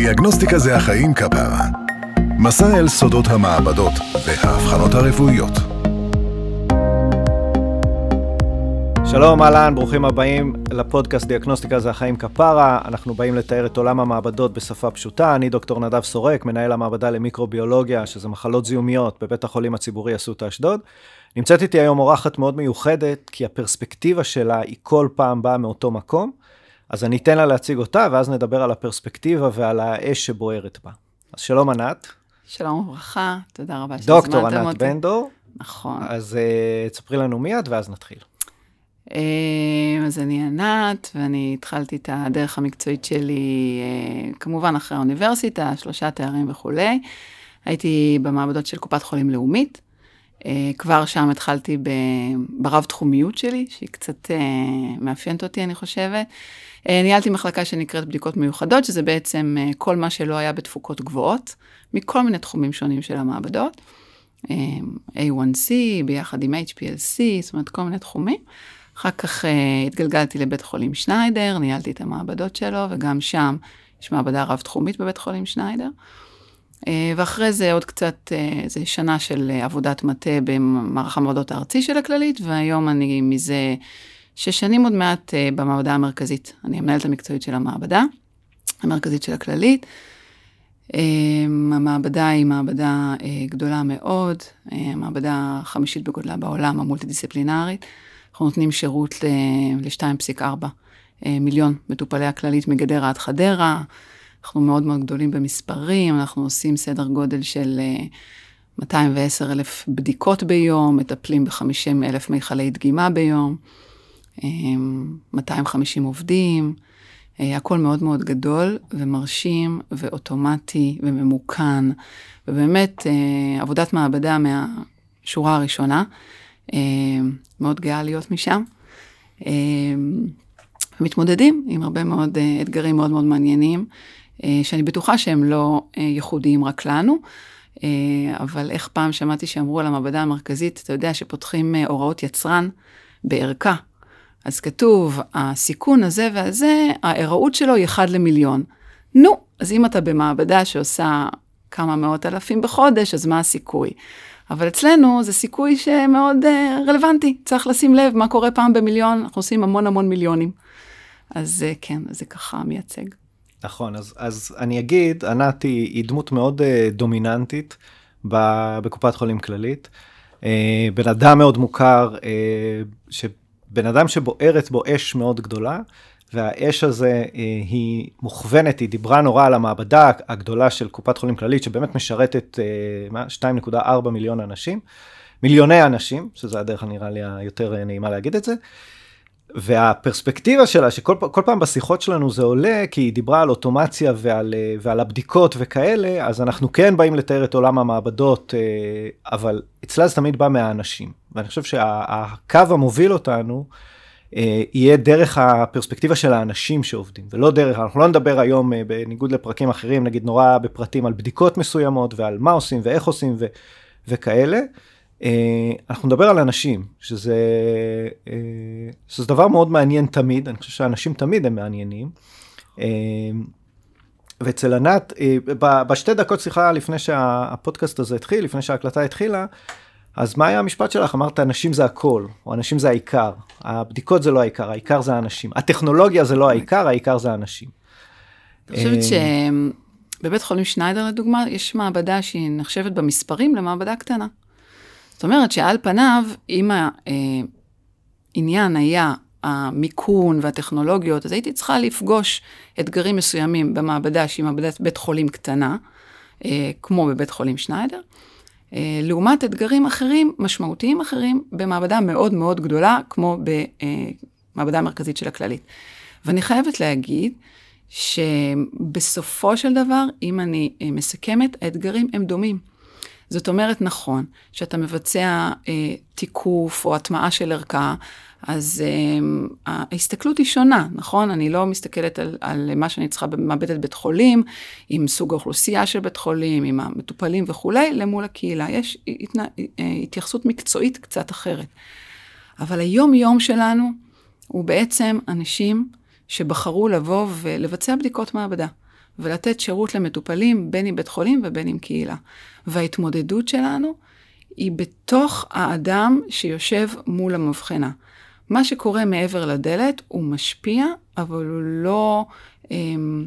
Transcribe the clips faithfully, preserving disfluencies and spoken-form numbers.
דיאגנוסטיקה זה החיים כפרה. מסע אל סודות המעבדות וההבחנות הרפואיות. שלום, אהלן, ברוכים הבאים לפודקאסט דיאגנוסטיקה זה החיים כפרה. אנחנו באים לתאר את עולם המעבדות בשפה פשוטה. אני דוקטור נדב סורק, מנהל המעבדה למיקרוביולוגיה, שזה מחלות זיהומיות בבית החולים הציבורי אסותא אשדוד. נמצאת איתי היום אורחת מאוד מיוחדת, כי הפרספקטיבה שלה היא כל פעם באה מאותו מקום. אז אני אתן לה להציג אותה, ואז נדבר על הפרספקטיבה ועל האש שבוערת בה. אז שלום ענת. שלום וברכה, תודה רבה שהזמנתם אותי. דוקטור ענת בן דור. נכון. אז uh, תספרי לנו מיד, ואז נתחיל. אז אני ענת, ואני התחלתי את הדרך המקצועית שלי, כמובן אחרי האוניברסיטה, שלושה תארים וכו'. הייתי במעבדות של קופת חולים לאומית. כבר שם התחלתי ברב תחומיות שלי, שהיא קצת מאפיינת אותי, אני חושבת. ניהלתי מחלקה שנקראת בדיקות מיוחדות, שזה בעצם כל מה שלא היה בתפוקות גבוהות, מכל מיני תחומים שונים של המעבדות. איי וואן סי, ביחד עם אייץ' פי אל סי, זאת אומרת, כל מיני תחומים. אחר כך התגלגלתי לבית חולים שניידר, ניהלתי את המעבדות שלו, וגם שם יש מעבדה רב תחומית בבית חולים שניידר. ואחרי זה עוד קצת, זה שנה של עבודת מטה במערך המעבדות הארצי של הכללית, והיום אני מזה שש שנים עוד מעט במעבדה המרכזית. אני המנהלת המקצועית של המעבדה, המרכזית של הכללית. המעבדה היא מעבדה גדולה מאוד, המעבדה החמישית בגודלה בעולם, המולטי-דיסציפלינרית. אנחנו נותנים שירות ל-שתיים נקודה ארבע מיליון מטופלי הכללית מגדרה עד חדרה. אנחנו מאוד מאוד גדולים במספרים, אנחנו עושים סדר גודל של מאתיים ועשר אלף בדיקות ביום, מטפלים ב-חמישים אלף מיכלי דגימה ביום, מאתיים וחמישים עובדים, הכל מאוד מאוד גדול ומרשים ואוטומטי וממוכן, ובאמת עבודת מעבדה מהשורה הראשונה, מאוד גאה להיות משם. מתמודדים עם הרבה מאוד אתגרים מאוד מאוד מעניינים, שאני בטוחה שהם לא ייחודיים רק לנו, אבל איך פעם שמעתי שאמרו על המעבדה המרכזית, אתה יודע שפותחים הוראות יצרן בערכה, אז כתוב, הסיכון הזה והזה, ההיראות שלו היא אחד למיליון. נו, אז אם אתה במעבדה שעושה כמה מאות אלפים בחודש, אז מה הסיכוי? אבל אצלנו זה סיכוי שמאוד רלוונטי, צריך לשים לב מה קורה פעם במיליון, אנחנו עושים המון המון מיליונים. אז כן, זה ככה מייצג. נכון, אז, אז אני אגיד, ענת היא, היא דמות מאוד uh, דומיננטית בקופת חולים כללית. Uh, בן אדם מאוד מוכר, uh, שבן אדם שבוערת בו אש מאוד גדולה, והאש הזה uh, היא מוכוונת, היא דיברה נורא על המעבדה הגדולה של קופת חולים כללית, שבאמת משרתת uh, שתיים נקודה ארבע מיליון אנשים, מיליוני אנשים, שזה הדרך נראה לי היותר נעימה להגיד את זה, והפרספקטיבה שלה, שכל כל פעם בשיחות שלנו זה עולה, כי היא דיברה על אוטומציה ועל, ועל הבדיקות וכאלה, אז אנחנו כן באים לתאר את עולם המעבדות, אבל אצלה זה תמיד בא מהאנשים. ואני חושב שהקו המוביל אותנו, יהיה דרך הפרספקטיבה של האנשים שעובדים, ולא דרך, אנחנו לא נדבר היום בניגוד לפרקים אחרים, נגיד נורא בפרטים על בדיקות מסוימות, ועל מה עושים ואיך עושים ו, וכאלה, אנחנו נדבר על אנשים, שזה, שזה דבר מאוד מעניין תמיד, אני חושב שהאנשים תמיד הם מעניינים, ואצל ענת, בשתי דקות שיחה לפני שהפודקאסט הזה התחיל, לפני שההקלטה התחילה, אז מה היה המשפט שלך? אמרת, אנשים זה הכל, או אנשים זה העיקר, הבדיקות זה לא העיקר, העיקר זה האנשים, הטכנולוגיה זה לא העיקר, העיקר זה האנשים. אני חושבת שבבית חולים שניידר לדוגמה, יש מעבדה שהיא נחשבת במספרים למעבדה קטנה. זאת אומרת שעל פניו, אם העניין היה המיקון והטכנולוגיות, אז הייתי צריכה לפגוש אתגרים מסוימים במעבדה שהיא מעבדת בית חולים קטנה, כמו בבית חולים שניידר, לעומת אתגרים אחרים, משמעותיים אחרים, במעבדה מאוד מאוד גדולה, כמו במעבדה המרכזית של הכללית. ואני חייבת להגיד שבסופו של דבר, אם אני מסכמת, האתגרים הם דומים. זאת אומרת, נכון, שאתה מבצע אה, תיקוף או הטמעה של ערכה, אז אה, ההסתכלות היא שונה, נכון? אני לא מסתכלת על, על מה שאני צריכה במעבדת בית חולים, עם סוג האוכלוסייה של בית חולים, עם המטופלים וכו', למול הקהילה. יש התנה, התייחסות מקצועית קצת אחרת. אבל היום יום שלנו הוא בעצם אנשים שבחרו לבוא ולבצע בדיקות מעבדה. ולתת שירות למטופלים, בין אם בית חולים ובין אם קהילה. וההתמודדות שלנו היא בתוך האדם שיושב מול המבחנה. מה שקורה מעבר לדלת הוא משפיע, אבל הוא לא אמ,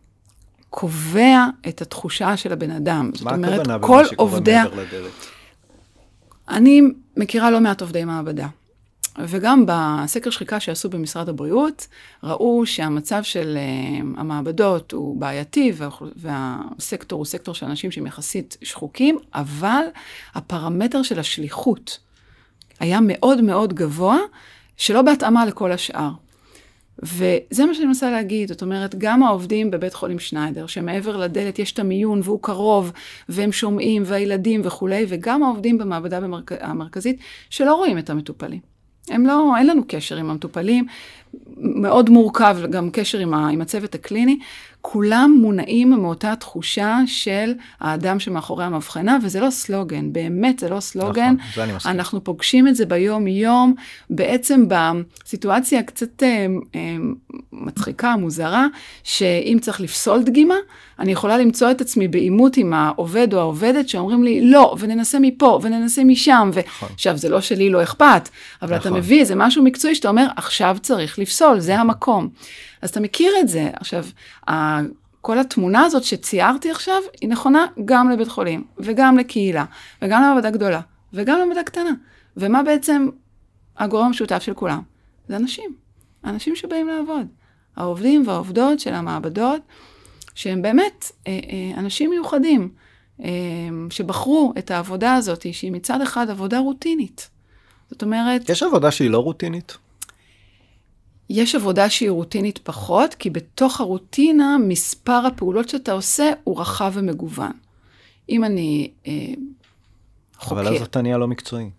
קובע את התחושה של הבן אדם. מה הכוונה במה שקורה עובדי... מעבר לדלת? אני מכירה לא מעט עובדי מעבדה. וגם בסקר שחיקה שעשו במשרד הבריאות, ראו שהמצב של uh, המעבדות הוא בעייתי, וה, והסקטור הוא סקטור של אנשים שהם יחסית שחוקים, אבל הפרמטר של השליחות היה מאוד מאוד גבוה, שלא בהתאמה לכל השאר. וזה מה שאני מנסה להגיד, זאת אומרת, גם העובדים בבית חולים שניידר, שמעבר לדלת יש את המיון והוא קרוב, והם שומעים, והילדים וכו', וגם העובדים במעבדה במרכ... המרכזית, שלא רואים את המטופלים. הם לא, אין לנו קשר עם המטופלים, מאוד מורכב גם קשר עם, ה, עם הצוות הקליני, כולם מונעים מאותה תחושה של האדם שמאחורי המבחנה, וזה לא סלוגן, באמת זה לא סלוגן, נכון, זה אני מסכים. אנחנו פוגשים את זה ביום יום, בעצם בסיטואציה קצת אה, אה, מצחיקה, מוזרה, שאם צריך לפסול דגימה, אני יכולה למצוא את עצמי בעימות עם העובד או העובדת, שאומרים לי, לא, וננסה מפה, וננסה משם, ועכשיו נכון. זה לא שלי, לא אכפת, אבל נכון. אתה מביא איזה משהו מקצועי, שאתה אומר, עכשיו צריך לפסול, זה המקום. אז אתה מכיר את זה. עכשיו, כל התמונה הזאת שציירתי עכשיו, היא נכונה גם לבית חולים, וגם לקהילה, וגם למעבדה גדולה, וגם למעבדה קטנה. ומה בעצם הגורם המשותף של כולם? זה אנשים. אנשים שבאים לעבוד. העובדים והעובדות של המעבדות, שהם באמת אנשים מיוחדים, שבחרו את העבודה הזאת, שהיא מצד אחד עבודה רוטינית. זאת אומרת... יש עבודה שהיא לא רוטינית? יש עבודה שהיא רוטינית פחות, כי בתוך הרוטינה, מספר הפעולות שאתה עושה הוא רחב ומגוון. אם אני אה, חוקר... אבל אז אתה נהיה לא מקצועי.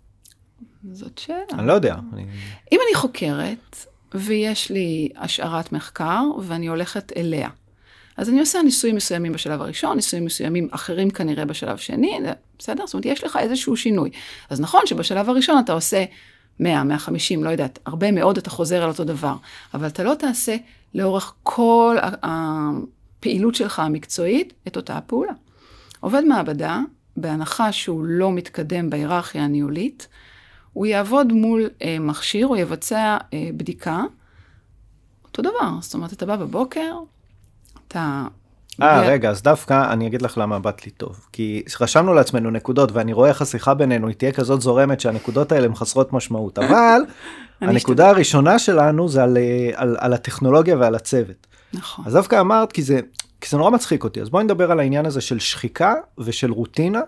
זאת שאלה. אני לא יודע. אני... אם אני חוקרת, ויש לי השערת מחקר, ואני הולכת אליה, אז אני עושה ניסויים מסוימים בשלב הראשון, ניסויים מסוימים אחרים כנראה בשלב שני, בסדר? זאת אומרת, יש לך איזשהו שינוי. אז נכון שבשלב הראשון אתה עושה מאה, מאה וחמישים, לא יודעת, הרבה מאוד אתה חוזר על אותו דבר, אבל אתה לא תעשה לאורך כל הפעילות שלך המקצועית את אותה הפעולה. עובד מעבדה, בהנחה שהוא לא מתקדם בהיררכיה הניהולית, הוא יעבוד מול אה, מכשיר, הוא יבצע אה, בדיקה, אותו דבר. זאת אומרת, אתה בא בבוקר, אתה... אה, רגע, אז דווקא אני אגיד לך למה באת לי טוב. כי רשמנו לעצמנו נקודות, ואני רואה איך השיחה בינינו, היא תהיה כזאת זורמת שהנקודות האלה הן חסרות משמעות. אבל הנקודה הראשונה שלנו זה על, על, על הטכנולוגיה ועל הצוות. נכון. אז דווקא אמרת, כי זה, כי זה נורא מצחיק אותי. אז בואי נדבר על העניין הזה של שחיקה ושל רוטינה.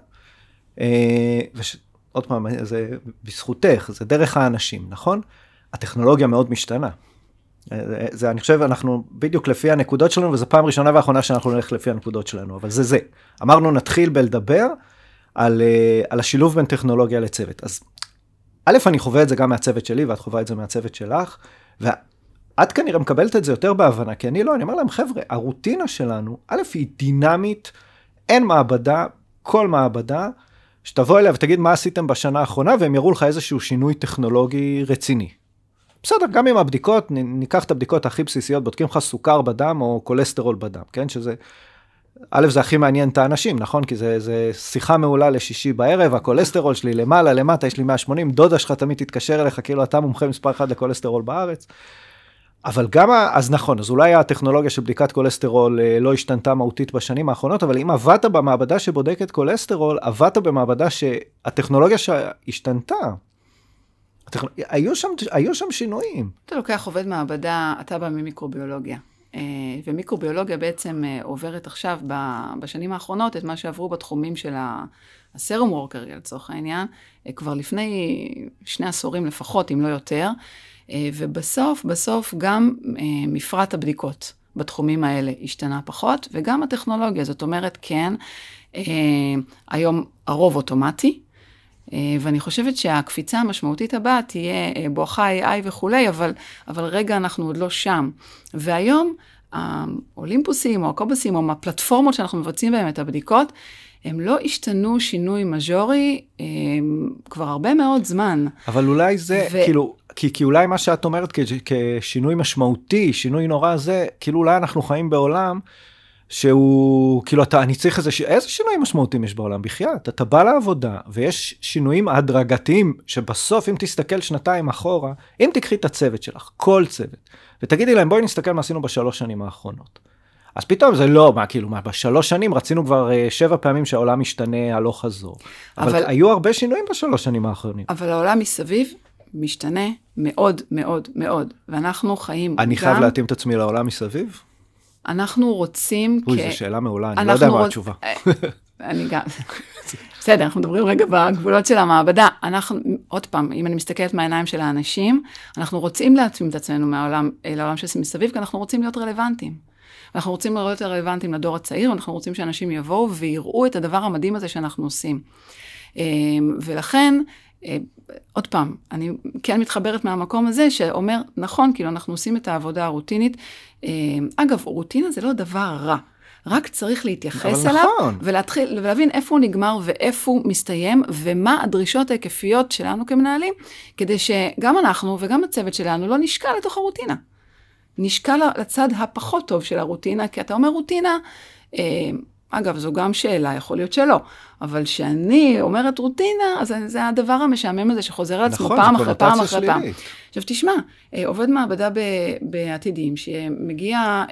וש... עוד פעם, זה בזכותך, זה דרך האנשים, נכון? הטכנולוגיה מאוד משתנה. זה, זה, אני חושב, אנחנו בדיוק לפי הנקודות שלנו, וזו פעם ראשונה ואחרונה שאנחנו נלך לפי הנקודות שלנו, אבל זה זה. אמרנו, נתחיל בלדבר על, על השילוב בין טכנולוגיה לצוות. אז א', אני חווה את זה גם מהצוות שלי, ואת חווה את זה מהצוות שלך, ואת כנראה מקבלת את זה יותר בהבנה, כי אני לא, אני אומר להם, חבר'ה, הרוטינה שלנו, א', היא דינמית, אין מעבדה, כל מעבדה, שתבוא אליה ותגיד מה עשיתם בשנה האחרונה, והם יראו לך איזשהו שינוי טכנולוגי רציני. בסדר, גם עם הבדיקות, ניקח את הבדיקות הכי בסיסיות, בודקים לך סוכר בדם או קולסטרול בדם, כן? שזה, א', זה הכי מעניין את האנשים, נכון? כי זה, זה שיחה מעולה לשישי בערב, הקולסטרול שלי למעלה, למטה, יש לי מאה ושמונים, דודה שלך תמיד תתקשר אליך, כאילו אתה מומחה מספר אחד לקולסטרול בארץ. אבל גם, אז נכון, אז אולי הטכנולוגיה של בדיקת קולסטרול לא השתנתה מהותית בשנים האחרונות, אבל אם עבדת במעבדה שבודקת קולסטרול, עבדת במעבדה שהטכנולוגיה שהשתנתה, היו שם, היו שם שינויים. אתה לוקח עובד מעבדה, אתה בא ממיקרוביולוגיה, ומיקרוביולוגיה בעצם עוברת עכשיו בשנים האחרונות את מה שעברו בתחומים של הסרום וורקר, לצורך העניין, כבר לפני שני עשורים לפחות, אם לא יותר, ובסוף, בסוף גם מפרט הבדיקות בתחומים האלה השתנה פחות, וגם הטכנולוגיה, זאת אומרת, כן, היום הרוב אוטומטי, ואני חושבת שהקפיצה המשמעותית הבאה תהיה בואכה איי איי וכולי, אבל, אבל רגע אנחנו עוד לא שם. והיום, האולימפוסים או הקובוסים, או הפלטפורמות שאנחנו מבצעים בהם את הבדיקות, הם לא השתנו שינוי מז'ורי כבר הרבה מאוד זמן. אבל אולי זה, ו... כאילו, כי, כי אולי מה שאת אומרת כשינוי משמעותי, שינוי נורא זה, כאילו אולי אנחנו חיים בעולם, שהוא, כאילו, אתה, אני צריך איזה, איזה שינויים משמעותיים יש בעולם בחייאת? אתה בא לעבודה, ויש שינויים הדרגתיים, שבסוף, אם תסתכל שנתיים אחורה, אם תקחי את הצוות שלך, כל צוות, ותגידי להם, בואי נסתכל מה עשינו בשלוש שנים האחרונות. אז פתאום זה לא, מה, כאילו, מה, בשלוש שנים רצינו כבר שבע פעמים שהעולם משתנה הלוך חזור. אבל, אבל היו הרבה שינויים בשלוש שנים האחרונים. אבל העולם מסביב משתנה מאוד מאוד מאוד, ואנחנו חיים אני גם... חייב להתאים את עצמי לעולם מסביב? אנחנו רוצים... אוי, כ... זו שאלה מעולה, אני לא יודע מה רוצ... התשובה. אני גם... בסדר, אנחנו מדברים רגע בגבולות של המעבדה. אנחנו, עוד פעם, אם אני מסתכלת מהעיניים של האנשים, אנחנו רוצים להתאים את עצמנו מהעולם, לעולם שמסביב, כי אנחנו רוצים להיות רלוונטיים. אנחנו רוצים להיות רלוונטיים לדור הצעיר, ואנחנו רוצים שאנשים יבואו ויראו את הדבר המדהים הזה שאנחנו עושים. ולכן, עוד פעם, אני כן מתחברת מהמקום הזה שאומר, נכון, כאילו אנחנו עושים את העבודה הרוטינית. אגב, רוטינה זה לא דבר רע. רק צריך להתייחס אליו, נכון. ולהתחיל, ולהבין איפה הוא נגמר ואיפה הוא מסתיים, ומה הדרישות ההיקפיות שלנו כמנהלים, כדי שגם אנחנו וגם הצוות שלנו לא נשקע לתוך הרוטינה. נשקע לצד הפחות טוב של הרוטינה, כי אתה אומר רוטינה, אגב, זו גם שאלה, יכול להיות שלא, אבל שאני אומרת רוטינה, אז זה הדבר המשעמם הזה שחוזר על עצמו פעם אחרי פעם אחרי פעם. עכשיו תשמע, עובד מעבדה בעתידים, שמגיע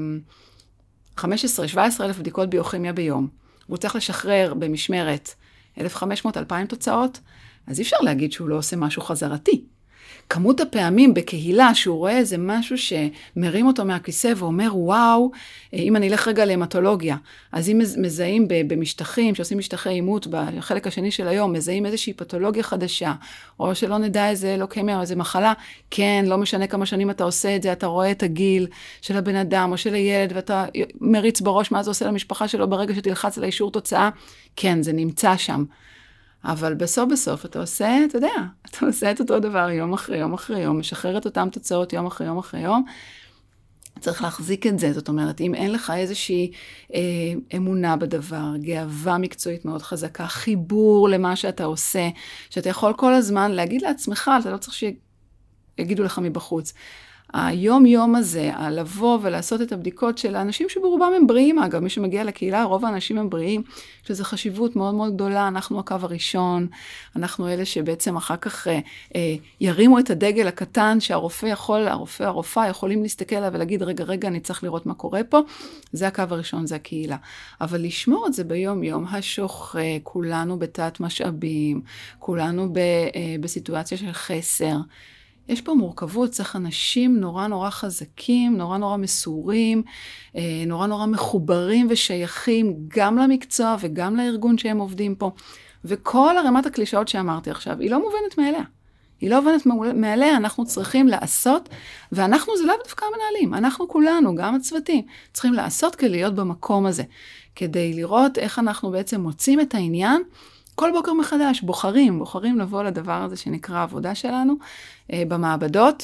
חמש עשרה שבע עשרה אלף בדיקות ביוכימיה ביום, והוא צריך לשחרר במשמרת אלף וחמש מאות אלפיים תוצאות, אז אי אפשר להגיד שהוא לא עושה משהו חזרתי. כמות הפעמים בקהילה שהוא רואה איזה משהו שמרים אותו מהכיסא ואומר, וואו, אם אני אלך רגע להמטולוגיה, אז אם מזהים במשטחים, שעושים משטחי אימות בחלק השני של היום, מזהים איזושהי פתולוגיה חדשה, או שלא נדע איזה לוקמיה או איזה מחלה, כן, לא משנה כמה שנים אתה עושה את זה, אתה רואה את הגיל של הבן אדם או של הילד, ואתה מריץ בראש מה זה עושה למשפחה שלו ברגע שתלחץ על האישור תוצאה, כן, זה נמצא שם. אבל בסוף בסוף אתה עושה, אתה יודע, אתה עושה את אותו דבר יום אחרי יום אחרי יום, משחרר את אותם תוצאות יום אחרי יום אחרי יום, צריך להחזיק את זה, זאת אומרת, אם אין לך איזושהי אה, אמונה בדבר, גאווה מקצועית מאוד חזקה, חיבור למה שאתה עושה, שאתה יכול כל הזמן להגיד לעצמך, אתה לא צריך שיגידו לך מבחוץ, היום יום הזה, לבוא ולעשות את הבדיקות של האנשים שברובם הם בריאים, אגב, מי שמגיע לקהילה, רוב האנשים הם בריאים, שזו חשיבות מאוד מאוד גדולה, אנחנו הקו הראשון, אנחנו אלה שבעצם אחר כך אה, אה, ירימו את הדגל הקטן, שהרופא יכול, הרופא, הרופאה יכולים להסתכל עליו ולהגיד, רגע, רגע, אני צריך לראות מה קורה פה, זה הקו הראשון, זה הקהילה. אבל לשמור את זה ביום יום, השוחק, כולנו בתת משאבים, כולנו ב, אה, בסיטואציה של חסר, יש פה מורכבות, צריך אנשים נורא נורא חזקים, נורא נורא מסורים, נורא נורא מחוברים ושייכים גם למקצוע וגם לארגון שהם עובדים פה. וכל הרמת הקלישאות שאמרתי עכשיו, היא לא מובנת מאליה. היא לא מובנת מאליה, אנחנו צריכים לעשות, ואנחנו זה לא דווקא המנהלים, אנחנו כולנו, גם הצוותים, צריכים לעשות כדי להיות במקום הזה, כדי לראות איך אנחנו בעצם מוצאים את העניין, כל בוקר מחדש, בוחרים, בוחרים לבוא לדבר הזה שנקרא העבודה שלנו, אה, במעבדות.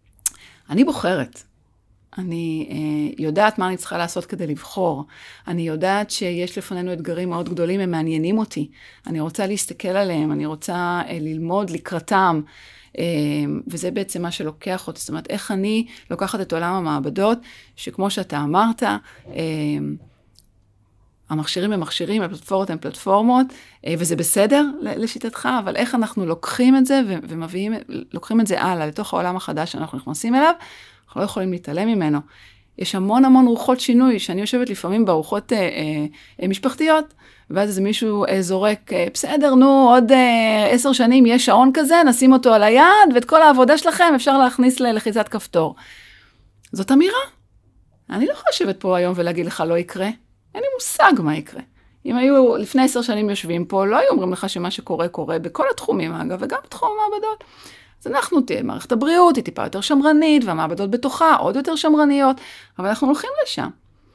אני בוחרת. אני אה, יודעת מה אני צריכה לעשות כדי לבחור. אני יודעת שיש לפנינו אתגרים מאוד גדולים, הם מעניינים אותי. אני רוצה להסתכל עליהם, אני רוצה אה, ללמוד לקראתם, אה, וזה בעצם מה שלוקח אותי. זאת אומרת, איך אני לוקחת את עולם המעבדות, שכמו שאתה אמרת, אה, המכשירים הם מכשירים, הפלטפורמות הם פלטפורמות, וזה בסדר לשיטתך, אבל איך אנחנו לוקחים את זה ומביאים, לוקחים את זה הלאה לתוך העולם החדש שאנחנו נכנסים אליו, אנחנו לא יכולים להתעלם ממנו. יש המון המון רוחות שינוי, שאני יושבת לפעמים ברוחות אה, אה, משפחתיות, ואז איזה מישהו אה, זורק, אה, בסדר, נו, עוד אה, עשר שנים יש שעון כזה, נשים אותו על היד, ואת כל העבודה שלכם אפשר להכניס ללחיצת כפתור. זאת אמירה. אני לא יכולה לשבת פה היום ולהגיד לך לא יקרה. אין לי מושג מה יקרה. אם היו לפני עשר שנים יושבים פה, לא היו אומרים לך שמה שקורה קורה בכל התחומים, אגב, וגם בתחום המעבדות. אז אנחנו תהיה, מערכת הבריאות היא טיפה יותר שמרנית, והמעבדות בתוכה עוד יותר שמרניות, אבל אנחנו הולכים לשם.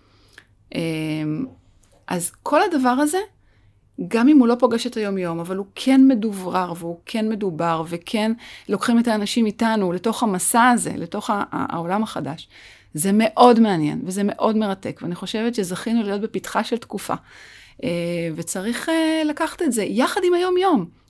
אז כל הדבר הזה, גם אם הוא לא פוגש את היום-יום, אבל הוא כן מדוברר, והוא כן מדובר, וכן לוקחים את האנשים איתנו לתוך המסע הזה, לתוך העולם החדש. זה מאוד מעניין, וזה מאוד מרתק, ואני חושבת שזכינו להיות בפתחה של תקופה, וצריך לקחת את זה יחד עם היום-יום.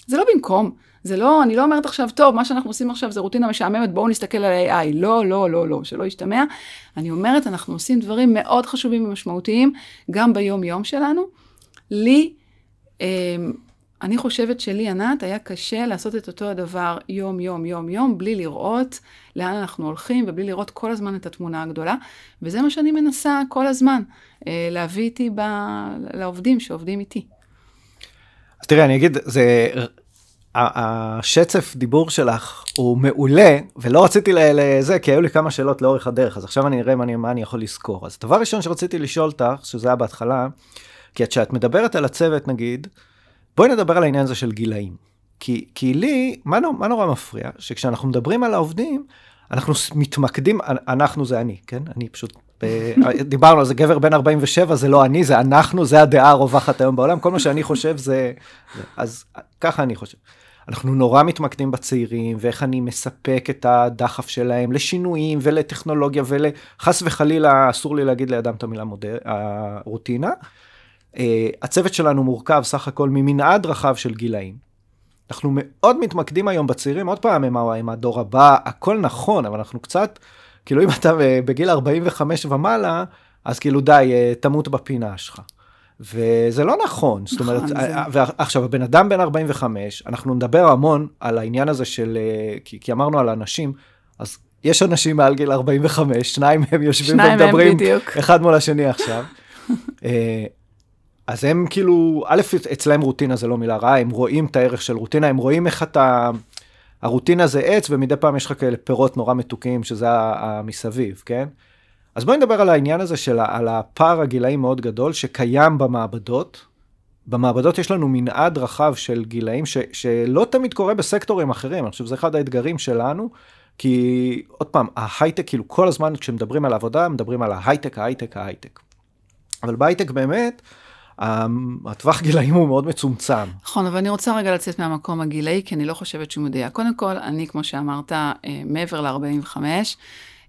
זה לא במקום, זה לא, אני לא אומרת עכשיו, טוב, מה שאנחנו עושים עכשיו זה רוטינה משעממת, בואו נסתכל על ה-איי איי, לא, לא, לא, לא, שלא ישתמע. אני אומרת, אנחנו עושים דברים מאוד חשובים ומשמעותיים, גם ביום יום שלנו. לי, אני חושבת שלי, ענת, היה קשה לעשות את אותו הדבר יום, יום, יום, יום, בלי לראות לאן אנחנו הולכים, ובלי לראות כל הזמן את התמונה הגדולה, וזה מה שאני מנסה כל הזמן, להביא איתי ב... לעובדים שעובדים איתי. אז תראה, אני אגיד, זה... השצף דיבור שלך הוא מעולה, ולא רציתי לזה, כי היו לי כמה שאלות לאורך הדרך, אז עכשיו אני אראה מה אני, מה אני יכול לזכור. אז דבר ראשון שרציתי לשאול אותך, שזה היה בהתחלה, כי כשאת מדברת על הצוות, נגיד, בואי נדבר על העניין הזה של גילאים. כי, כי לי, מה, מה נורא מפריע? שכשאנחנו מדברים על העובדים, אנחנו מתמקדים, אנחנו זה אני, כן? אני פשוט, דיברנו על זה, גבר בן ארבעים ושבע, זה לא אני, זה אנחנו, זה הדעה הרווחת היום בעולם, כל מה שאני חושב זה, אז ככה אני חושב. אנחנו נורא מתמקדים בצעירים, ואיך אני מספק את הדחף שלהם לשינויים ולטכנולוגיה, ולחס וחלילה, אסור לי להגיד לידם את המילה מודל, הרוטינה. הצוות שלנו מורכב סך הכל ממנעד רחב של גילאים. אנחנו מאוד מתמקדים היום בצעירים, עוד פעם עם, עם הדור הבא, הכל נכון, אבל אנחנו קצת, כאילו אם אתה בגיל ארבעים וחמש ומעלה, אז כאילו די, תמות בפינה שלך. וזה לא נכון, זאת אומרת, ועכשיו, הבן אדם בן ארבעים וחמש, אנחנו נדבר המון על העניין הזה של, כי, כי אמרנו על אנשים, אז יש אנשים מעל גיל ארבעים וחמש, שניים הם יושבים ומדברים אחד מול השני עכשיו. אז הם כאילו, א', אצלהם רוטינה זה לא מילה רעה, הם רואים את הערך של רוטינה, הם רואים איך אתה, הרוטינה זה עץ, ומדי פעם יש לך כאלה פירות נורא מתוקים, שזה המסביב, כן? אז בואי נדבר על העניין הזה של, על הפער הגילאים מאוד גדול, שקיים במעבדות. במעבדות יש לנו מנעד רחב של גילאים, ש, שלא תמיד קורה בסקטורים אחרים. אני חושב שזה אחד האתגרים שלנו, כי עוד פעם, ההייטק, כאילו כל הזמן כשמדברים על העבודה, מדברים על ההייטק, ההייטק, ההייטק. אבל בהייטק באמת, הטווח גילאים הוא מאוד מצומצם. נכון, אבל אני רוצה רגע לצאת מהמקום הגילאי, כי אני לא חושבת שהוא מדויק. קודם כל, אני, כמו שאמרת, מעבר ל-ארבעים וחמש,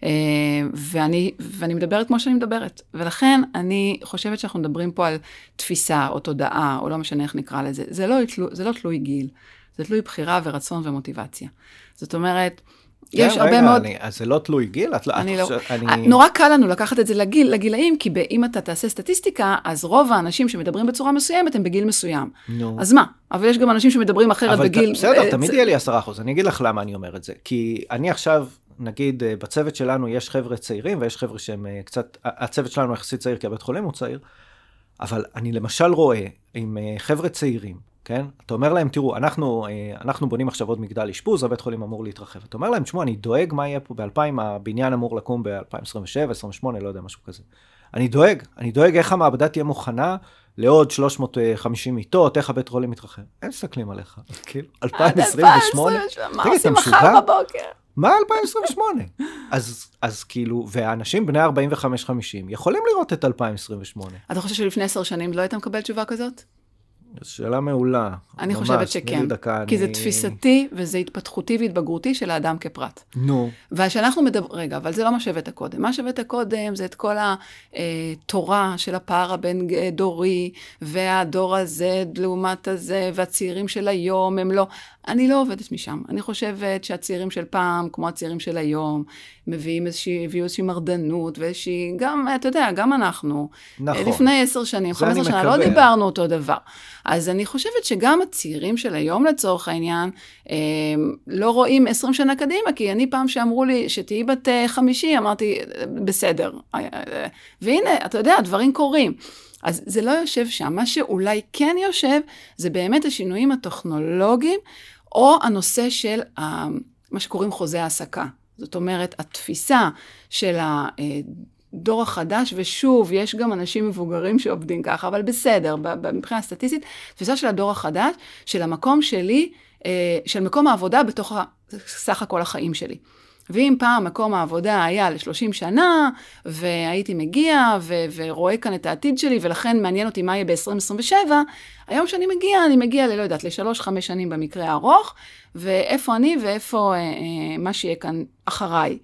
ואני, ואני מדברת כמו שאני מדברת. ולכן אני חושבת שאנחנו מדברים פה על תפיסה, או תודעה, או לא משנה איך נקרא לזה. זה לא, זה לא תלוי גיל, זה תלוי בחירה ורצון ומוטיבציה. זאת אומרת, יש כן, הרבה רגע, מאוד... אני, אז זה לא תלוי גיל? את, אני את לא... חושב, אני... נורא קל לנו לקחת את זה לגיל, לגילאים, כי אם אתה תעשה סטטיסטיקה, אז רוב האנשים שמדברים בצורה מסוימת, הם בגיל מסוים. נו. אז מה? אבל יש גם אנשים שמדברים אחרת בגיל... אבל בסדר, תמיד יהיה לי עשרה אחוז. אני אגיד לך למה אני אומר את זה. כי אני עכשיו, נגיד, בצוות שלנו יש חבר'ה צעירים, ויש חבר'ה שהם קצת... הצוות שלנו יחסית צעיר, כי הבית חולים הוא צעיר, אבל אני למשל רואה עם חבר'ה צעירים, כן? אתה אומר להם, תראו, אנחנו, אנחנו בונים עכשיו עוד מגדל אשפוז, הבית חולים אמור להתרחב. אתה אומר להם, תשמעו, אני דואג מה יהיה פה ב-אלפיים, הבניין אמור לקום ב-אלפיים עשרים ושבע, עשרים ושמונה, לא יודע, משהו כזה. אני דואג, אני דואג איך המעבדה תהיה מוכנה לעוד שלוש מאות וחמישים מיטות, איך הבית חולים מתרחב. הם מסתכלים עליך, כאילו, אלפיים עשרים ושמונה. מה עושים מחר בבוקר? מה אלפיים עשרים ושמונה? אז, אז כאילו, והאנשים בני ארבעים וחמש חמישים יכולים לראות את אלפיים עשרים ושמונה. אתה חושב שלפני עשר שנים לא היית מקבל תשובה כזאת? שאלה מעולה. אני ממש, חושבת שכן, דקה, כי אני... זה תפיסתי וזה התפתחותי והתבגרותי של האדם כפרט. נו. ושאנחנו מדבר... רגע, אבל זה לא מה שהבאת קודם. מה שהבאת קודם זה את כל התורה של הפער הבין דורי, והדור הזה לעומת הזה, והצעירים של היום הם לא... אני לא עובדת משם. אני חושבת שהצעירים של פעם, כמו הצעירים של היום, מביאים איזושהי, הביאו איזושהי מרדנות, ואיזושהי, גם, אתה יודע, גם אנחנו, נכון. לפני עשר שנים, חמש עשרה שנה, לא דיברנו אותו דבר. אז אני חושבת שגם הצעירים של היום, לצורך העניין, לא רואים עשרים שנה קדימה, כי אני פעם שאמרו לי, שתהי בת חמישי, אמרתי, בסדר. והנה, אתה יודע, הדברים קורים. אז זה לא יושב שם. מה שאולי כן יושב, זה באמת השינויים הטכנולוגיים, או הנושא של מה שקוראים חוזה העסקה. זאת אומרת, התפיסה של הדור החדש, ושוב, יש גם אנשים מבוגרים שעובדים ככה, אבל בסדר, מבחינה סטטיסטית, תפיסה של הדור החדש, של המקום שלי, של מקום העבודה בתוך סך הכל החיים שלי. ואם פעם מקום העבודה היה ל-שלושים שנה, והייתי מגיע ו- ורואה כאן את העתיד שלי, ולכן מעניין אותי מה יהיה ב-עשרים עשרים ושבע, היום שאני מגיע, אני מגיע ללא יודעת, לשלוש, חמש שנים במקרה הארוך, ואיפה אני ואיפה אה, אה, מה שיהיה כאן אחריי.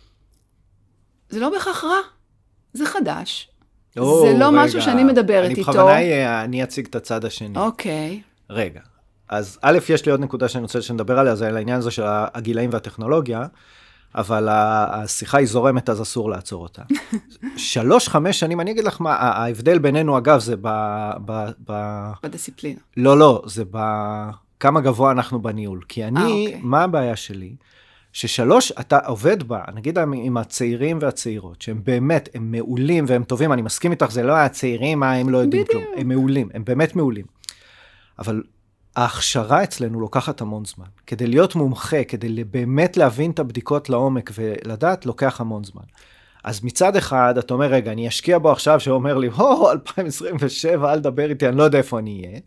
זה לא בהכרח רע, זה חדש. או, זה לא רגע, משהו שאני מדברת אני איתו. אני בכוונה, אני אציג את הצד השני. אוקיי. רגע. אז א', יש לי עוד נקודה שאני רוצה שנדבר עליה, זה על העניין הזה של הגילאים והטכנולוגיה, אבל השיחה היא זורמת, אז אסור לעצור אותה. שלוש, חמש שנים, אני אגיד לך מה, ההבדל בינינו, אגב, זה ב... ב, ב... בדיסציפלינה. לא, לא, זה ב... כמה גבוה אנחנו בניהול. כי אני, 아, אוקיי. מה הבעיה שלי? ששלוש, אתה עובד בה, נגיד עם הצעירים והצעירות, שהם באמת, הם מעולים והם טובים, אני מסכים איתך, זה לא הצעירים, הם לא יודעים כלום, הם מעולים, הם באמת מעולים. אבל ההכשרה אצלנו לוקחת המון זמן. כדי להיות מומחה, כדי באמת להבין את הבדיקות לעומק ולדעת, לוקח המון זמן. אז מצד אחד, אתה אומר, רגע, אני אשקיע בו עכשיו, שאומר לי, הו, אלפיים עשרים ושבע, אל דבר איתי, אני לא יודע איפה אני אהיה.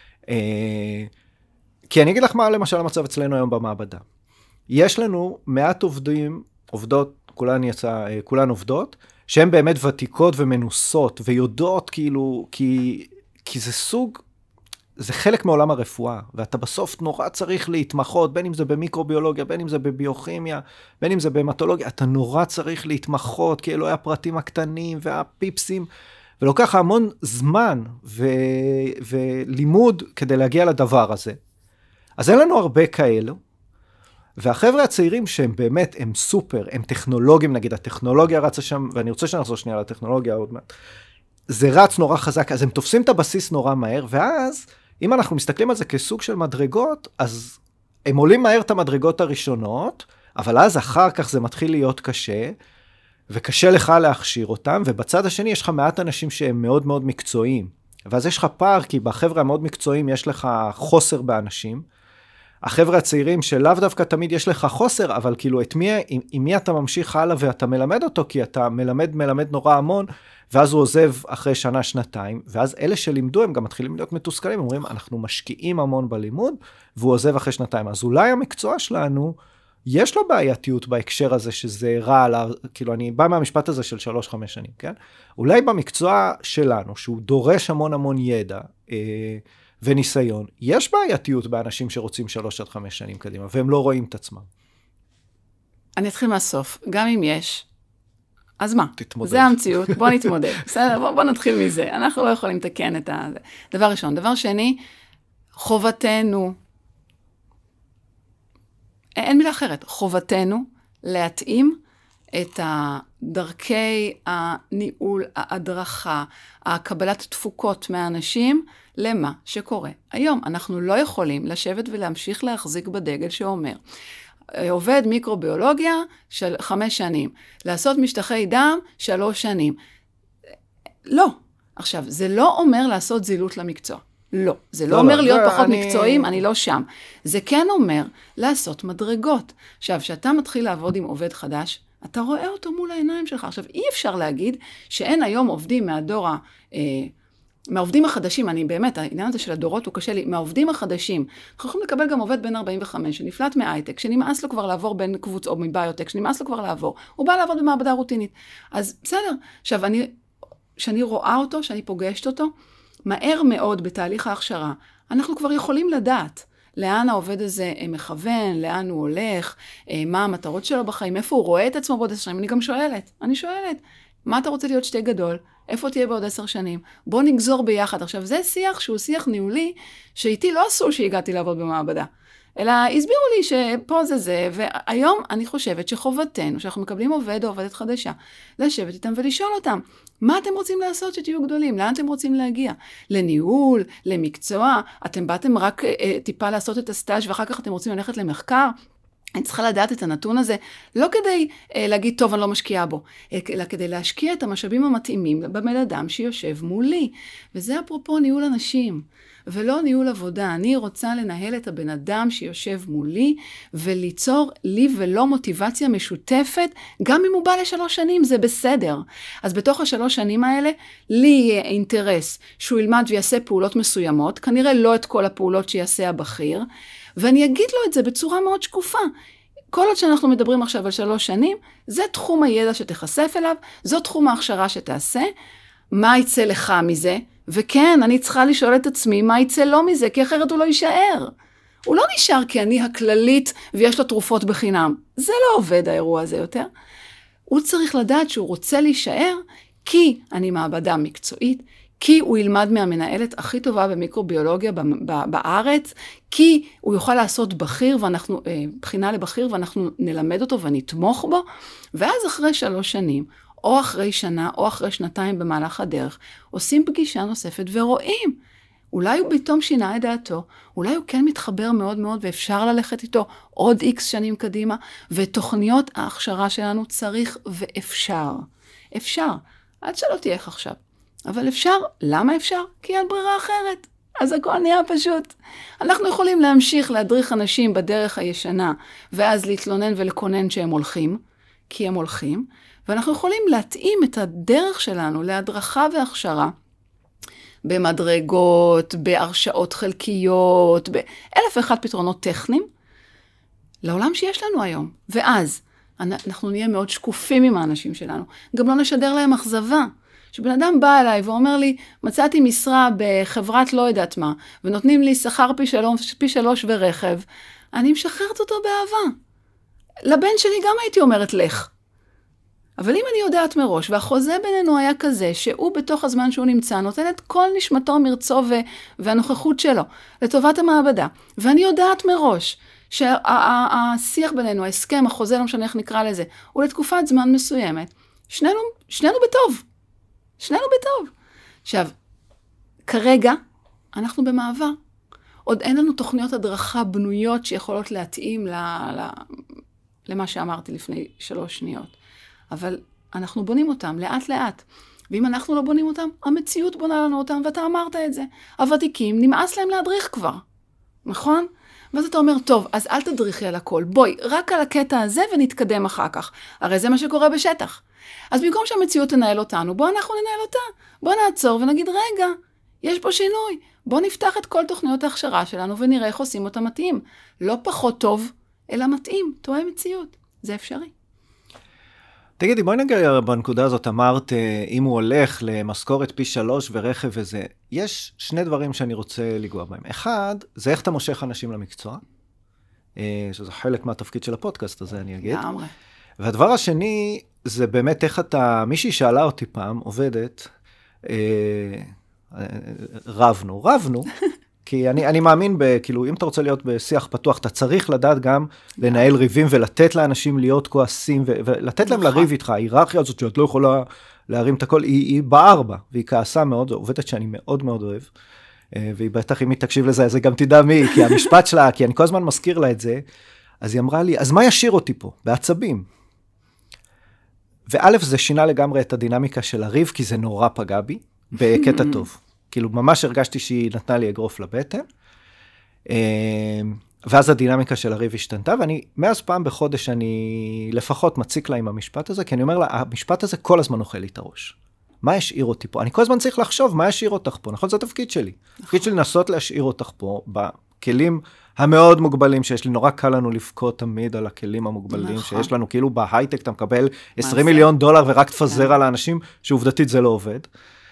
כי אני אגיד לך מה, למשל, המצב אצלנו היום במעבדה. יש לנו מעט עובדים, עובדות, כולן יצא, כולן עובדות, שהן באמת ותיקות ומנוסות, ויודעות כאילו, כי, כי זה סוג, זה חלק מעולם הרפואה, ואתה בסוף נורא צריך להתמחות, בין אם זה במיקרוביולוגיה, בין אם זה בביוכימיה, בין אם זה במטולוגיה, אתה נורא צריך להתמחות, כי אלוהי הפרטים הקטנים והפיפסים, ולוקח המון זמן ו, ולימוד כדי להגיע לדבר הזה. אז אין לנו הרבה כאלו, והחבר'ה הצעירים שהם באמת, הם סופר, הם טכנולוגים, נגיד הטכנולוגיה רצה שם, ואני רוצה שנחזור שנייה על הטכנולוגיה עוד מעט, זה רץ נורא חזק, אז הם תופסים את הבסיס נורא מהר, ואז אם אנחנו מסתכלים על זה כסוג של מדרגות, אז הם עולים מהר את המדרגות הראשונות, אבל אז אחר כך זה מתחיל להיות קשה, וקשה לך להכשיר אותם, ובצד השני יש לך מעט אנשים שהם מאוד מאוד מקצועיים, ואז יש לך פער, כי בחבר'ה המאוד מקצועיים יש לך חוסר באנשים, החבר'ה הצעירים שלאו דווקא תמיד יש לך חוסר, אבל כאילו את מי, עם, עם מי אתה ממשיך הלאה ואתה מלמד אותו, כי אתה מלמד, מלמד נורא המון, ואז הוא עוזב אחרי שנה, שנתיים, ואז אלה שלימדו הם גם מתחילים להיות מתוסכלים, אומרים, אנחנו משקיעים המון בלימוד, והוא עוזב אחרי שנתיים. אז אולי המקצוע שלנו, יש לו בעייתיות בהקשר הזה, שזה רע, לה, כאילו אני בא מהמשפט הזה של שלוש, חמש שנים, כן? אולי במקצוע שלנו, שהוא דורש המון המון ידע, אה, וניסיון, יש בעייתיות באנשים שרוצים שלוש עד חמש שנים קדימה, והם לא רואים את עצמם. אני אתחיל מהסוף, גם אם יש, אז מה? תתמודד. זה המציאות, בוא נתמודד. בסדר, בוא, בוא נתחיל מזה. אנחנו לא יכולים לתקן את זה. דבר ראשון. דבר שני, חובתנו, אין מילה אחרת, חובתנו להתאים את דרכי הניהול, ההדרכה, הקבלת תפוקות מהאנשים, למה שקורה. היום אנחנו לא יכולים לשבת ולהמשיך להחזיק בדגל שאומר, עובד מיקרוביולוגיה של חמש שנים, לעשות משטחי דם שלוש שנים. לא. עכשיו, זה לא אומר לעשות זילות למקצוע. לא. זה לא, לא אומר לא, להיות פחות אני... מקצועיים, אני לא שם. זה כן אומר לעשות מדרגות. עכשיו, שאתה מתחיל לעבוד עם עובד חדש, אתה רואה אותו מול העיניים שלך. עכשיו, אי אפשר להגיד שאין היום עובדים מהדור ה... מהעובדים החדשים, אני באמת, העניין הזה של הדורות הוא קשה לי, מהעובדים החדשים, אנחנו יכולים לקבל גם עובד בן ארבעים וחמש, שנפלט מהייטק, שנמאס לו כבר לעבור בין קבוצ, או מביוטק, שנמאס לו כבר לעבור, הוא בא לעבוד במעבדה רוטינית. אז בסדר, עכשיו, אני, שאני רואה אותו, שאני פוגשת אותו, מהר מאוד בתהליך ההכשרה, אנחנו כבר יכולים לדעת לאן העובד הזה מכוון, לאן הוא הולך, מה המטרות שלו בחיים, איפה הוא רואה את עצמו בעוד עשר שנים, אני גם שואלת, אני שואלת, מה אתה רוצה להיות שתי גדול? איפה תהיה בעוד עשר שנים? בוא נגזור ביחד. עכשיו, זה שיח שהוא שיח ניהולי, שאיתי לא עשו שהגעתי לעבוד במעבדה, אלא הסבירו לי שפה זה זה, והיום אני חושבת שחובתנו, שאנחנו מקבלים עובד או עובדת חדשה, לשבת איתם ולשאול אותם, מה אתם רוצים לעשות שתהיו גדולים? לאן אתם רוצים להגיע? לניהול, למקצוע? אתם באתם רק אה, טיפה לעשות את הסטאז' ואחר כך אתם רוצים ללכת למחקר? אני צריכה לדעת את הנתון הזה, לא כדי אה, להגיד, טוב, אני לא משקיעה בו, אלא כדי להשקיע את המשאבים המתאימים בבן אדם שיושב מולי. וזה אפרופו ניהול אנשים, ולא ניהול עבודה. אני רוצה לנהל את הבן אדם שיושב מולי, וליצור לי ולא מוטיבציה משותפת, גם אם הוא בא לשלוש שנים, זה בסדר. אז בתוך השלוש שנים האלה, לי יהיה אינטרס שהוא ילמד ויעשה פעולות מסוימות, כנראה לא את כל הפעולות שיעשה הבכיר, ואני אגיד לו את זה בצורה מאוד שקופה. כל עוד שאנחנו מדברים עכשיו על שלוש שנים, זה תחום הידע שתחשף אליו, זו תחום ההכשרה שתעשה, מה יצא לך מזה? וכן, אני צריכה לשאול את עצמי מה יצא לו מזה, כי אחרת הוא לא יישאר. הוא לא נשאר כי אני הכללית ויש לו תרופות בחינם. זה לא עובד האירוע הזה יותר. הוא צריך לדעת שהוא רוצה להישאר, כי אני מעבדה מקצועית, כי הוא ילמד מהמנהלת הכי טובה במיקרוביולוגיה בארץ, כי הוא יוכל לעשות בכיר, ואנחנו, בחינה לבכיר, ואנחנו נלמד אותו ונתמוך בו, ואז אחרי שלוש שנים, או אחרי שנה, או אחרי שנתיים במהלך הדרך, עושים פגישה נוספת ורואים, אולי הוא פתאום שינה את דעתו, אולי הוא כן מתחבר מאוד מאוד, ואפשר ללכת איתו עוד איקס שנים קדימה, ותוכניות ההכשרה שלנו צריך ואפשר. אפשר, עד שלא תהיה עכשיו. אבל אפשר, למה אפשר? כי אין ברירה אחרת. אז הכל נהיה פשוט. אנחנו יכולים להמשיך להדריך אנשים בדרך הישנה, ואז להתלונן ולקונן שהם הולכים, כי הם הולכים, ואנחנו יכולים להתאים את הדרך שלנו להדרכה והכשרה, במדרגות, בהרשאות חלקיות, באלף ואחד פתרונות טכניים, לעולם שיש לנו היום. ואז אנחנו נהיה מאוד שקופים עם האנשים שלנו. גם לא נשדר להם אכזבה. שבן אדם בא אליי ואומר לי, מצאתי משרה בחברת לא יודעת מה, ונותנים לי שכר פי שלוש, פי שלוש ורכב, אני משחררת אותו באהבה. לבן שלי גם הייתי אומרת לך. אבל אם אני יודעת מראש, והחוזה בינינו היה כזה, שהוא בתוך הזמן שהוא נמצא, נותן את כל נשמתו מרצו ו- והנוכחות שלו, לטובת המעבדה, ואני יודעת מראש, שהשיח בינינו, ההסכם, החוזה, לא משנה איך נקרא לזה, הוא לתקופת זמן מסוימת, שנינו, שנינו בטוב. שנינו בטוב. עכשיו, כרגע אנחנו במעבר. עוד אין לנו תוכניות הדרכה בנויות שיכולות להתאים ל, ל, למה שאמרתי לפני שלוש שניות. אבל אנחנו בונים אותם לאט לאט. ואם אנחנו לא בונים אותם, המציאות בונה לנו אותם, ואתה אמרת את זה. הוותיקים, נמאס להם להדריך כבר. נכון? ואז אתה אומר, טוב, אז אל תדריכי על הכל. בואי, רק על הקטע הזה ונתקדם אחר כך. הרי זה מה שקורה בשטח. אז במקום שהמציאות תנהל אותנו, בוא אנחנו ננהל אותה. בוא נעצור ונגיד, רגע, יש פה שינוי. בוא נפתח את כל תוכניות ההכשרה שלנו ונראה איך עושים אותה מתאים. לא פחות טוב, אלא מתאים. תואם מציאות. זה אפשרי. תגידי, בואי נגיע בנקודה הזאת, אמרת, אם הוא הולך למשכורת פי שלוש ורכב וזה, יש שני דברים שאני רוצה לגוע בהם. אחד, זה איך אתה מושך אנשים למקצוע, שזה חלק מהתפקיד של הפודקאסט הזה, אני אגיד. לגמרי. והדבר השני, זה באמת איך אתה, מישהי שאלה אותי פעם, עובדת, אה, רבנו, רבנו, כי אני, אני מאמין, ב, כאילו, אם אתה רוצה להיות בשיח פתוח, אתה צריך לדעת גם לנהל ריבים ולתת לאנשים להיות כועסים, ו, ולתת להם לריב איתך. ההיררכיה הזאת שאת לא יכולה להרים את הכל, היא, היא בארבע, והיא כעסה מאוד, עובדת שאני מאוד מאוד אוהב, והיא בטח אם היא תקשיב לזה, אז גם תדע מי, כי המשפט שלה, כי אני כל הזמן מזכיר לה את זה, אז היא אמרה לי, אז מה ישאיר אותי פה? בעצבים. וא' זה שינה לגמרי את הדינמיקה של הריב, כי זה נורא פגע בי, בקטע טוב. כאילו ממש הרגשתי שהיא נתנה לי אגרוף לבטן, ואז הדינמיקה של הריב השתנתה, ואני מאז פעם בחודש אני לפחות מציק לה עם המשפט הזה, כי אני אומר לה, המשפט הזה כל הזמן אוכל לי את הראש. מה ישאיר אותי פה? אני כל הזמן צריך לחשוב מה ישאיר אותך פה, נכון? זה התפקיד שלי. התפקיד שלי לנסות להשאיר אותך פה, בכלים המאוד מוגבלים שיש לי, נורא קל לנו לבכות תמיד על הכלים המוגבלים שיש לנו, כאילו בהייטק אתה מקבל עשרים מיליון דולר ורק תפזר על האנשים, שעובדתית זה לא עובד.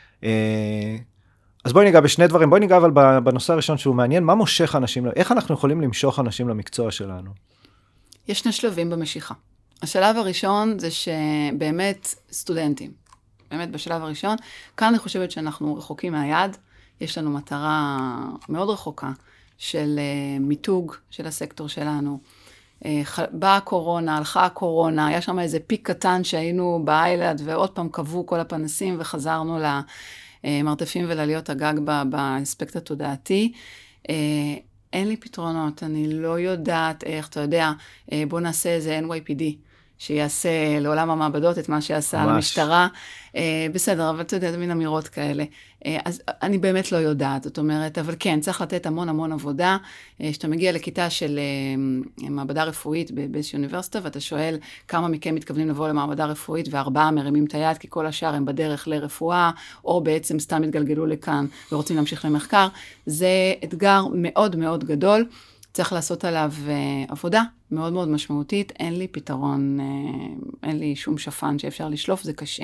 אז בואי ניגע בשני דברים, בואי ניגע אבל בנושא הראשון שהוא מעניין, מה מושך אנשים, איך אנחנו יכולים למשוך אנשים למקצוע שלנו? יש שני שלבים במשיכה. השלב הראשון זה שבאמת סטודנטים, באמת בשלב הראשון, כאן אני חושבת שאנחנו רחוקים מהיד, יש לנו מטרה מאוד רחוקה של מיתוג של הסקטור שלנו, באה הקורונה, הלכה הקורונה, היה שם איזה פיק קטן שהיינו באיילנד, ועוד פעם קבעו כל הפנסים וחזרנו למרתפים ולעליות הגג באספקט התודעתי. אין לי פתרונות, אני לא יודעת איך, אתה יודע, בוא נעשה איזה אן וואי פי די, שיעשה לעולם המעבדות את מה שעשה על המשטרה. בסדר, אבל אתה יודע, זה מין אמירות כאלה. אז אני באמת לא יודעת, זאת אומרת, אבל כן, צריך לתת המון המון עבודה. שאתה מגיע לכיתה של מעבדה רפואית באיזושהי אוניברסיטה, ואתה שואל כמה מכם מתכוונים לבוא למעבדה רפואית, וארבעה מרימים את היד, כי כל השאר הם בדרך לרפואה, או בעצם סתם התגלגלו לכאן ורוצים להמשיך למחקר. זה אתגר מאוד מאוד גדול. צריך לעשות עליו עבודה מאוד מאוד משמעותית, אין לי פתרון, אין לי שום שפן שאפשר לשלוף, זה קשה.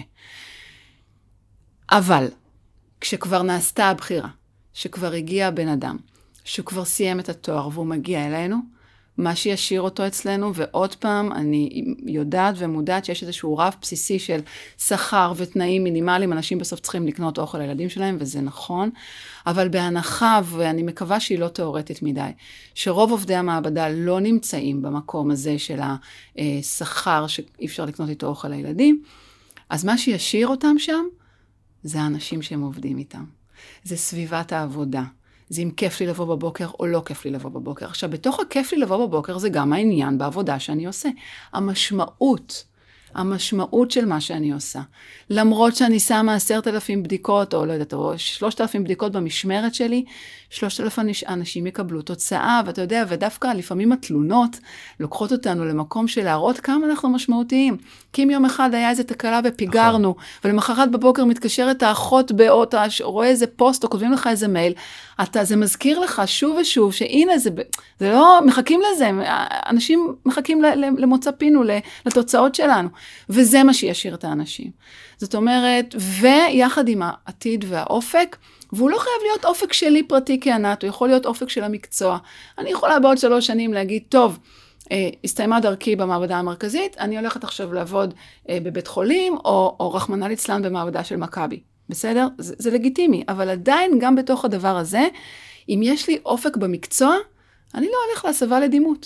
אבל, כשכבר נעשתה הבחירה, שכבר הגיע הבן אדם, שכבר סיים את התואר והוא מגיע אלינו, מה שישאיר אותו אצלנו, ועוד פעם, אני יודעת ומודעת שיש איזשהו רב בסיסי של שכר ותנאים מינימליים, אנשים בסוף צריכים לקנות אוכל לילדים שלהם, וזה נכון, אבל בהנחה, ואני מקווה שהיא לא תיאורטית מדי, שרוב עובדי המעבדה לא נמצאים במקום הזה של השכר שאי אפשר לקנות איתו אוכל לילדים, אז מה שישאיר אותם שם, זה האנשים שהם עובדים איתם. זה סביבת העבודה. זה אם כיף לי לבוא בבוקר או לא כיף לי לבוא בבוקר. עכשיו, בתוך הכיף לי לבוא בבוקר זה גם העניין בעבודה שאני עושה. המשמעות, המשמעות של מה שאני עושה. למרות שאני שמה עשרת אלפים בדיקות, או לא יודעת, או שלושת אלפים בדיקות במשמרת שלי, שלושת אלפים אנשים יקבלו תוצאה, ואתה יודע, ודווקא לפעמים התלונות לוקחות אותנו למקום של להראות כמה אנחנו משמעותיים. כי אם יום אחד היה איזה תקלה ופיגרנו, ולמחרת בבוקר מתקשרת האחות באות, רואה איזה פוסט, או כותבים לך איזה מייל, אתה, זה מזכיר לך שוב ושוב, שהנה זה, זה לא, מחכים לזה, אנשים מחכים למוצא פינו, לתוצאות שלנו, וזה מה שישאיר את האנשים. זאת אומרת, ויחד עם העתיד והאופק, והוא לא חייב להיות אופק שלי פרטי כענת, הוא יכול להיות אופק של המקצוע. אני יכולה בעוד שלוש שנים להגיד, טוב, אה, הסתיימה דרכי במעבדה המרכזית, אני הולכת עכשיו לעבוד אה, בבית חולים, או, או רחמנא ליצלן במעבדה של מכבי. בסדר? זה, זה לגיטימי, אבל עדיין גם בתוך הדבר הזה, אם יש לי אופק במקצוע, אני לא הולך להסבה לדימות.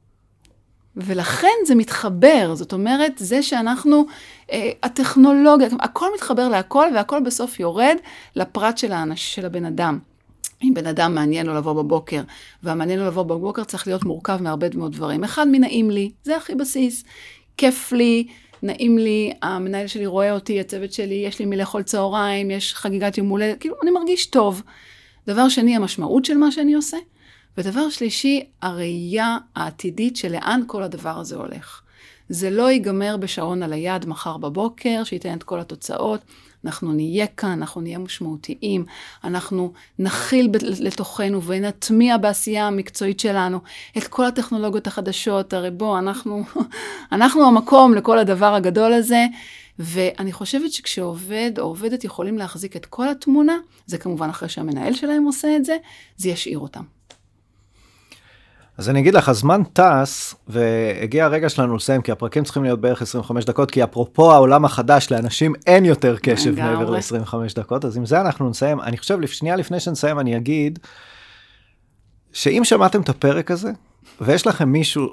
ולכן זה מתחבר, זאת אומרת, זה שאנחנו, אה, הטכנולוגיה, הכל מתחבר להכל, והכל בסוף יורד לפרט של האנש, של הבן אדם. אם בן אדם מעניין לו לבוא בבוקר, והמעניין לו לבוא בבוקר צריך להיות מורכב מהרבה מאוד דברים. אחד מנעים לי, זה הכי בסיס, כיף לי, נעים לי, המנהל שלי רואה אותי, הצוות שלי, יש לי מי לאכול צהריים, יש חגיגת יום הולדת, כאילו אני מרגיש טוב. דבר שני, המשמעות של מה שאני עושה, ודבר שלישי, הראייה העתידית של לאן כל הדבר הזה הולך. זה לא ייגמר בשעון על היד מחר בבוקר, שייתן את כל התוצאות, אנחנו נהיה כאן, אנחנו נהיה משמעותיים, אנחנו נכיל לתוכנו ונטמיע בעשייה המקצועית שלנו את כל הטכנולוגיות החדשות, הרי בוא, אנחנו, אנחנו המקום לכל הדבר הגדול הזה, ואני חושבת שכשעובד או עובדת יכולים להחזיק את כל התמונה, זה כמובן אחרי שהמנהל שלהם עושה את זה, זה ישאיר אותם. אז אני אגיד לך, הזמן טס, והגיע הרגע שלנו לסיים, כי הפרקים צריכים להיות בערך עשרים וחמש דקות, כי אפרופו העולם החדש, לאנשים אין יותר קשב מעבר ל-עשרים וחמש דקות, אז עם זה אנחנו נסיים. אני חושב, שנייה לפני שנסיים, אני אגיד, שאם שמעתם את הפרק הזה, ויש לכם מישהו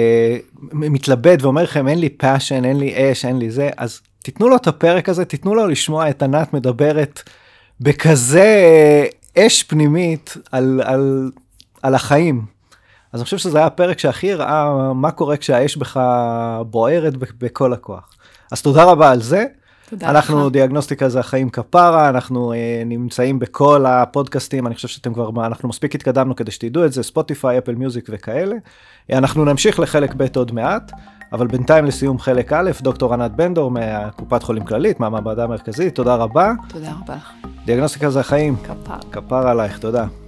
שמתלבט ואומר לכם, אין לי passion, אין לי אש, אין לי זה, אז תיתנו לו את הפרק הזה, תיתנו לו לשמוע את ענת מדברת בכזה אש פנימית על, על, על החיים. אז אני חושב שזה היה הפרק שהכי ראה מה קורה כשהאש בך בוערת בכל הכוח. אז תודה רבה על זה. תודה אנחנו לך. דיאגנוסטיקה זה החיים כפרה, אנחנו אה, נמצאים בכל הפודקאסטים, אני חושב שאתם כבר, אנחנו מספיק התקדמנו כדי שתדעו את זה, ספוטיפיי, אפל מיוזיק וכאלה. אנחנו נמשיך לחלק ב' עוד מעט, אבל בינתיים לסיום חלק א', דוקטור ענת בנדור מהקופת חולים כללית, מהמעבדה המרכזית, תודה רבה. תודה רבה לך. דיאגנוסטיקה זה החיים. כפרה. כפרה עלייך, תודה.